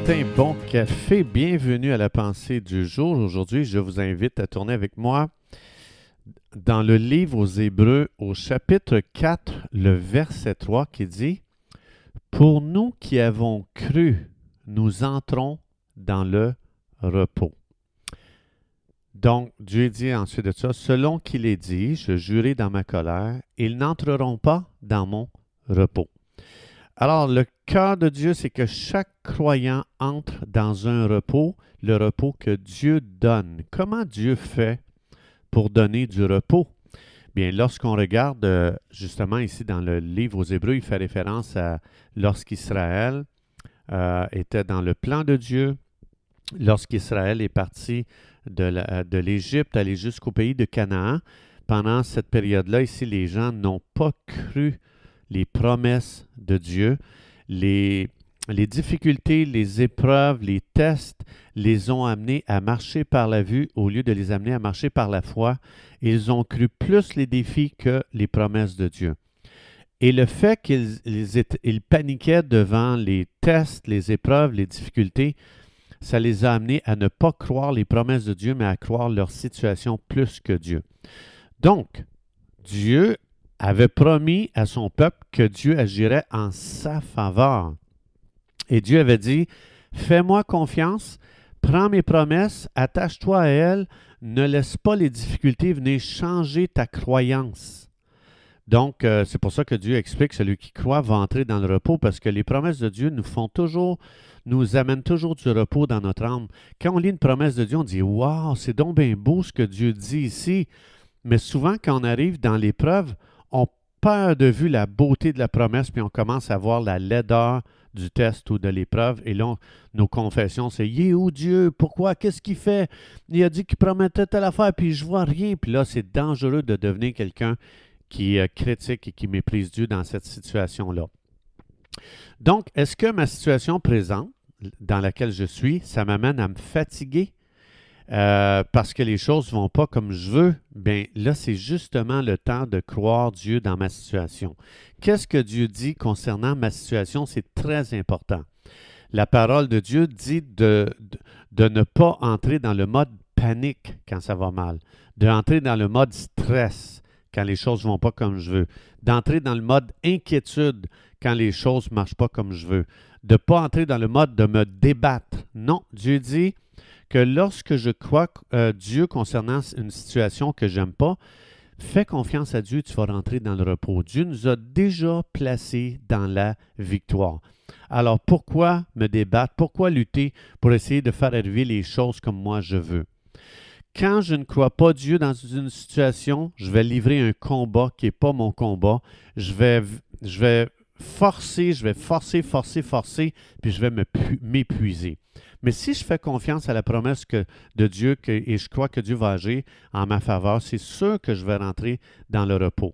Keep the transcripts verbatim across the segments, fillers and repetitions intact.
matin, bon café, bienvenue à la pensée du jour. Aujourd'hui, je vous invite à tourner avec moi dans le livre aux Hébreux au chapitre quatre, le verset trois qui dit « Pour nous qui avons cru, nous entrons dans le repos. » Donc, Dieu dit ensuite de ça, « Selon qu'il est dit, je jurai dans ma colère, ils n'entreront pas dans mon repos. » Alors, le cœur de Dieu, c'est que chaque croyant entre dans un repos, le repos que Dieu donne. Comment Dieu fait pour donner du repos? Bien, lorsqu'on regarde euh, justement ici dans le livre aux Hébreux, il fait référence à lorsqu'Israël euh, était dans le plan de Dieu, lorsqu'Israël est parti de, la, de l'Égypte, aller jusqu'au pays de Canaan. Pendant cette période-là, ici, les gens n'ont pas cru les promesses de Dieu, les, les difficultés, les épreuves, les tests les ont amenés à marcher par la vue au lieu de les amener à marcher par la foi. Ils ont cru plus les défis que les promesses de Dieu. Et le fait qu'ils ils étaient, ils paniquaient devant les tests, les épreuves, les difficultés, ça les a amenés à ne pas croire les promesses de Dieu, mais à croire leur situation plus que Dieu. Donc, Dieu avait promis à son peuple que Dieu agirait en sa faveur. Et Dieu avait dit, « Fais-moi confiance, prends mes promesses, attache-toi à elles, ne laisse pas les difficultés venir changer ta croyance. » Donc, euh, c'est pour ça que Dieu explique, celui qui croit va entrer dans le repos, parce que les promesses de Dieu nous font toujours, nous amènent toujours du repos dans notre âme. Quand on lit une promesse de Dieu, on dit, « Wow, c'est donc bien beau ce que Dieu dit ici. » Mais souvent, quand on arrive dans l'épreuve, on perd de vue la beauté de la promesse, puis on commence à voir la laideur du test ou de l'épreuve. Et là, on, nos confessions, c'est « Il est où Dieu? Pourquoi? Qu'est-ce qu'il fait? Il a dit qu'il promettait telle affaire, puis je vois rien. » Puis là, c'est dangereux de devenir quelqu'un qui euh, critique et qui méprise Dieu dans cette situation-là. Donc, est-ce que ma situation présente, dans laquelle je suis, ça m'amène à me fatiguer? Euh, parce que les choses ne vont pas comme je veux, bien là, c'est justement le temps de croire Dieu dans ma situation. Qu'est-ce que Dieu dit concernant ma situation? C'est très important. La parole de Dieu dit de, de, de ne pas entrer dans le mode panique quand ça va mal, d'entrer dans le mode stress quand les choses ne vont pas comme je veux, d'entrer dans le mode inquiétude quand les choses ne marchent pas comme je veux, de ne pas entrer dans le mode de me débattre. Non, Dieu dit que lorsque je crois euh, Dieu concernant une situation que je n'aime pas, fais confiance à Dieu, tu vas rentrer dans le repos. Dieu nous a déjà placés dans la victoire. Alors pourquoi me débattre? Pourquoi lutter pour essayer de faire arriver les choses comme moi je veux? Quand je ne crois pas Dieu dans une situation, je vais livrer un combat qui n'est pas mon combat. Je vais, je vais forcer, je vais forcer, forcer, forcer, puis je vais me, m'épuiser. Mais si je fais confiance à la promesse que, de Dieu que, et je crois que Dieu va agir en ma faveur, c'est sûr que je vais rentrer dans le repos.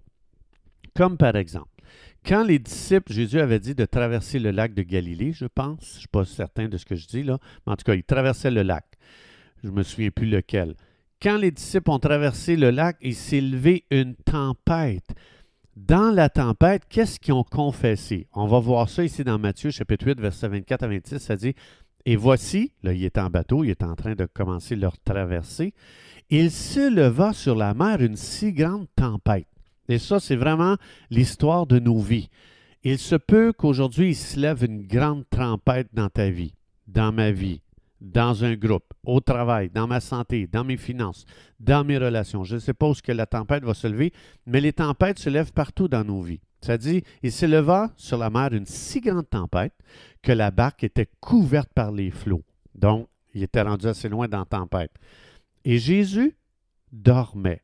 Comme par exemple, quand les disciples, Jésus avait dit de traverser le lac de Galilée, je pense, je ne suis pas certain de ce que je dis là, mais en tout cas, ils traversaient le lac. Je ne me souviens plus lequel. Quand les disciples ont traversé le lac, il s'est levé une tempête. Dans la tempête, qu'est-ce qu'ils ont confessé? On va voir ça ici dans Matthieu, chapitre huit, versets vingt-quatre à vingt-six, ça dit « Et voici, là, il est en bateau, il est en train de commencer leur traversée, il se leva sur la mer une si grande tempête. » Et ça, c'est vraiment l'histoire de nos vies. Il se peut qu'aujourd'hui, il se lève une grande tempête dans ta vie, dans ma vie, dans un groupe, au travail, dans ma santé, dans mes finances, dans mes relations. Je ne sais pas où ce que la tempête va se lever, mais les tempêtes se lèvent partout dans nos vies. Ça dit, il s'éleva sur la mer une si grande tempête que la barque était couverte par les flots. Donc, il était rendu assez loin dans la tempête. Et Jésus dormait.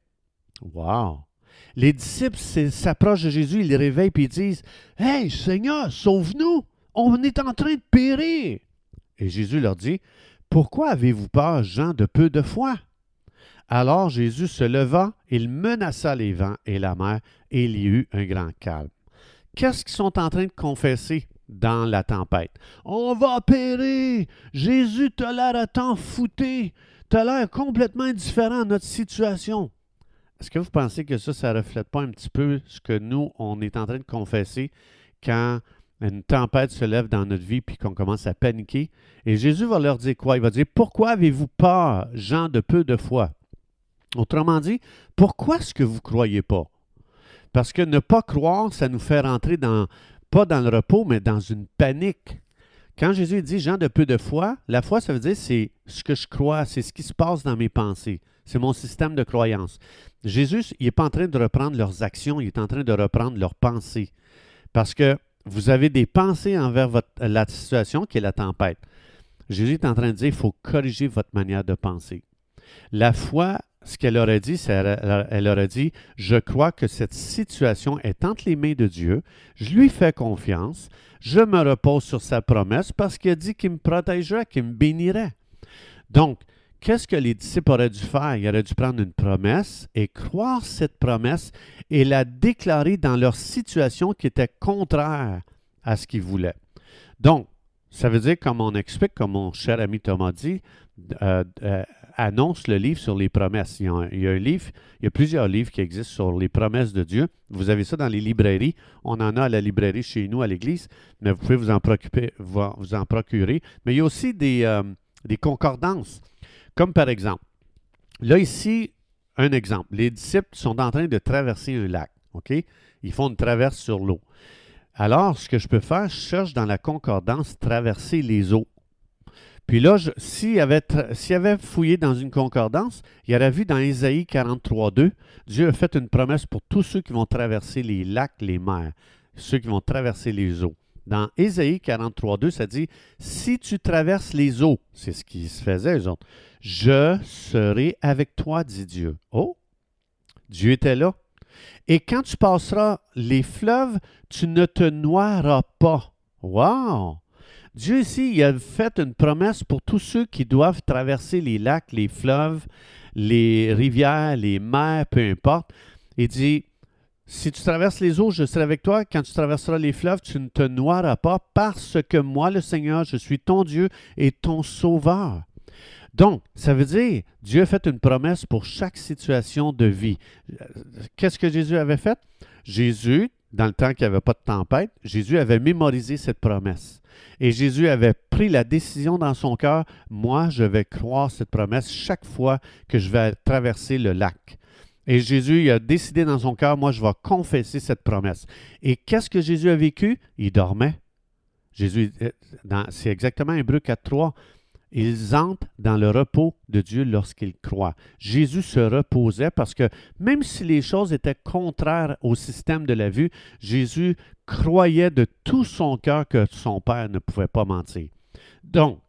Wow! Les disciples s'approchent de Jésus, ils le réveillent et ils disent, « Hey, Seigneur, sauve-nous! On est en train de périr! » Et Jésus leur dit, « Pourquoi avez-vous peur, gens de peu de foi? » Alors Jésus se leva, il menaça les vents et la mer, et il y eut un grand calme. Qu'est-ce qu'ils sont en train de confesser dans la tempête? « On va périr! Jésus, t'as l'air à t'en fouter! T'as l'air complètement indifférent à notre situation! » Est-ce que vous pensez que ça, ça ne reflète pas un petit peu ce que nous, on est en train de confesser quand une tempête se lève dans notre vie puis qu'on commence à paniquer. Et Jésus va leur dire quoi? Il va dire, pourquoi avez-vous peur, gens de peu de foi? Autrement dit, pourquoi est-ce que vous ne croyez pas? Parce que ne pas croire, ça nous fait rentrer dans, pas dans le repos, mais dans une panique. Quand Jésus dit, gens de peu de foi, la foi, ça veut dire, c'est ce que je crois, c'est ce qui se passe dans mes pensées. C'est mon système de croyance. Jésus, il n'est pas en train de reprendre leurs actions, il est en train de reprendre leurs pensées. Parce que vous avez des pensées envers votre, la situation qui est la tempête. Jésus est en train de dire, il faut corriger votre manière de penser. La foi, ce qu'elle aurait dit, c'est elle, elle aurait dit, je crois que cette situation est entre les mains de Dieu, je lui fais confiance, je me repose sur sa promesse parce qu'il a dit qu'il me protégerait, qu'il me bénirait. Donc, qu'est-ce que les disciples auraient dû faire? Ils auraient dû prendre une promesse et croire cette promesse et la déclarer dans leur situation qui était contraire à ce qu'ils voulaient. Donc, ça veut dire, comme on explique, comme mon cher ami Thomas dit, euh, euh, annonce le livre sur les promesses. Il y, a un, il y a un livre, il y a plusieurs livres qui existent sur les promesses de Dieu. Vous avez ça dans les librairies. On en a à la librairie chez nous, à l'église, mais vous pouvez vous en, préoccuper, vous en procurer. Mais il y a aussi des, euh, des concordances. Comme par exemple, là ici, un exemple. Les disciples sont en train de traverser un lac. OK? Ils font une traverse sur l'eau. Alors, ce que je peux faire, je cherche dans la concordance traverser les eaux. Puis là, s'il avait, s'il avait fouillé dans une concordance, il aurait vu dans Ésaïe quarante-trois deux, Dieu a fait une promesse pour tous ceux qui vont traverser les lacs, les mers, ceux qui vont traverser les eaux. Dans Ésaïe quarante-trois deux, ça dit, « Si tu traverses les eaux, c'est ce qui se faisait, eux autres, je serai avec toi, dit Dieu. » Oh, Dieu était là. Et quand tu passeras les fleuves, tu ne te noieras pas. Wow! Dieu ici, il a fait une promesse pour tous ceux qui doivent traverser les lacs, les fleuves, les rivières, les mers, peu importe. Il dit, si tu traverses les eaux, je serai avec toi. Quand tu traverseras les fleuves, tu ne te noieras pas parce que moi, le Seigneur, je suis ton Dieu et ton Sauveur. Donc, ça veut dire, Dieu a fait une promesse pour chaque situation de vie. Qu'est-ce que Jésus avait fait? Jésus, dans le temps qu'il n'y avait pas de tempête, Jésus avait mémorisé cette promesse. Et Jésus avait pris la décision dans son cœur, moi, je vais croire cette promesse chaque fois que je vais traverser le lac. Et Jésus il a décidé dans son cœur, moi, je vais confesser cette promesse. Et qu'est-ce que Jésus a vécu? Il dormait. Jésus, c'est exactement Hébreux quatre trois. Ils entrent dans le repos de Dieu lorsqu'ils croient. Jésus se reposait parce que même si les choses étaient contraires au système de la vue, Jésus croyait de tout son cœur que son Père ne pouvait pas mentir. Donc,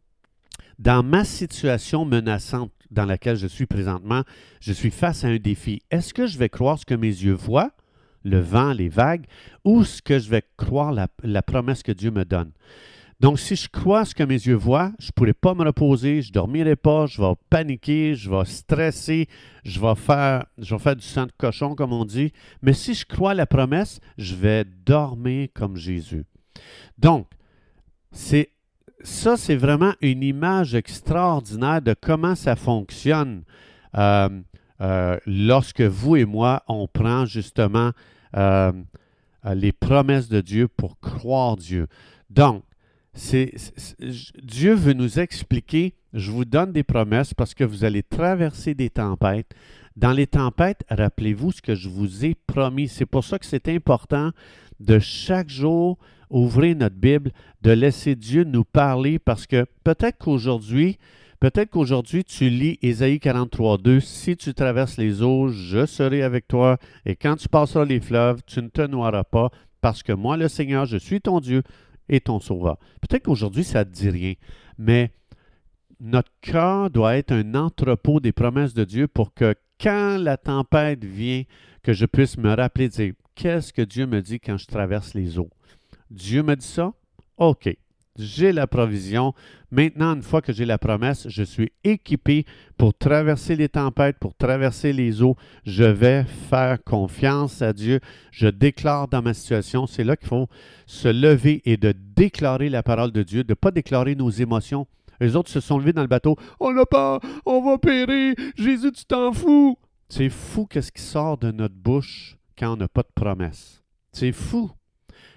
dans ma situation menaçante dans laquelle je suis présentement, je suis face à un défi. Est-ce que je vais croire ce que mes yeux voient, le vent, les vagues, ou est-ce que je vais croire la, la promesse que Dieu me donne? Donc, si je crois ce que mes yeux voient, je ne pourrai pas me reposer, je ne dormirai pas, je vais paniquer, je vais stresser, je vais faire, je vais faire du sang de cochon, comme on dit. Mais si je crois la promesse, je vais dormir comme Jésus. Donc, c'est, ça, c'est vraiment une image extraordinaire de comment ça fonctionne euh, euh, lorsque vous et moi, on prend justement euh, les promesses de Dieu pour croire Dieu. Donc, C'est, c'est, Dieu veut nous expliquer, je vous donne des promesses parce que vous allez traverser des tempêtes. Dans les tempêtes, rappelez-vous ce que je vous ai promis. C'est pour ça que c'est important de chaque jour ouvrir notre Bible, de laisser Dieu nous parler parce que peut-être qu'aujourd'hui, peut-être qu'aujourd'hui tu lis Ésaïe quarante-trois deux, si tu traverses les eaux, je serai avec toi et quand tu passeras les fleuves, tu ne te noieras pas parce que moi, le Seigneur, je suis ton Dieu et ton Sauveur. Peut-être qu'aujourd'hui, ça ne te dit rien, mais notre cœur doit être un entrepôt des promesses de Dieu pour que quand la tempête vient, que je puisse me rappeler, dire, qu'est-ce que Dieu me dit quand je traverse les eaux? Dieu me dit ça? OK. J'ai la provision. Maintenant, une fois que j'ai la promesse, je suis équipé pour traverser les tempêtes, pour traverser les eaux. Je vais faire confiance à Dieu. Je déclare dans ma situation. C'est là qu'il faut se lever et de déclarer la parole de Dieu, de ne pas déclarer nos émotions. Les autres se sont levés dans le bateau. On n'a pas, on va périr. Jésus, tu t'en fous. C'est fou qu'est-ce qui sort de notre bouche quand on n'a pas de promesse. C'est fou.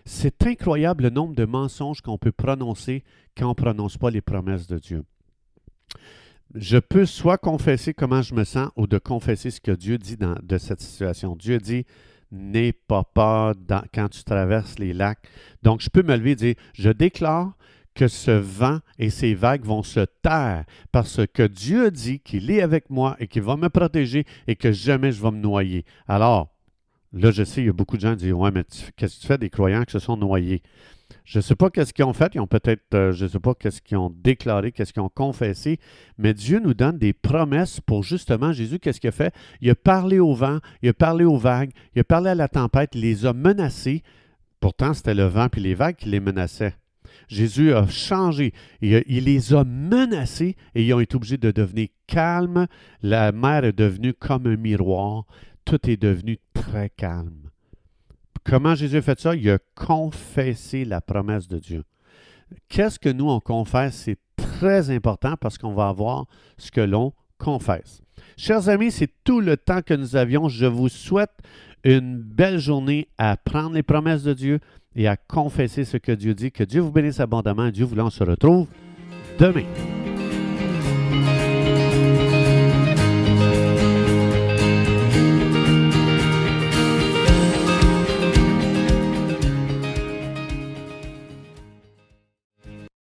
C'est incroyable le nombre de mensonges qu'on peut prononcer quand on ne prononce pas les promesses de Dieu. Je peux soit confesser comment je me sens ou de confesser ce que Dieu dit dans, de cette situation. Dieu dit, n'aie pas peur dans, quand tu traverses les lacs. Donc, je peux me lever et dire, je déclare que ce vent et ces vagues vont se taire parce que Dieu dit qu'il est avec moi et qu'il va me protéger et que jamais je vais me noyer. Alors, là, je sais, il y a beaucoup de gens qui disent, ouais, mais qu'est-ce que tu fais des croyants qui se sont noyés? Je ne sais pas qu'est-ce qu'ils ont fait. Ils ont peut-être, euh, je ne sais pas qu'est-ce qu'ils ont déclaré, qu'est-ce qu'ils ont confessé, mais Dieu nous donne des promesses pour justement, Jésus, qu'est-ce qu'il a fait? Il a parlé au vent, il a parlé aux vagues, il a parlé à la tempête, il les a menacés. Pourtant, c'était le vent et les vagues qui les menaçaient. Jésus a changé. Il, il les a menacés et ils ont été obligés de devenir calmes. La mer est devenue comme un miroir. Tout est devenu très calme. Comment Jésus a fait ça? Il a confessé la promesse de Dieu. Qu'est-ce que nous, on confesse? C'est très important parce qu'on va avoir ce que l'on confesse. Chers amis, c'est tout le temps que nous avions. Je vous souhaite une belle journée à prendre les promesses de Dieu et à confesser ce que Dieu dit. Que Dieu vous bénisse abondamment. Dieu voulant, on se retrouve demain.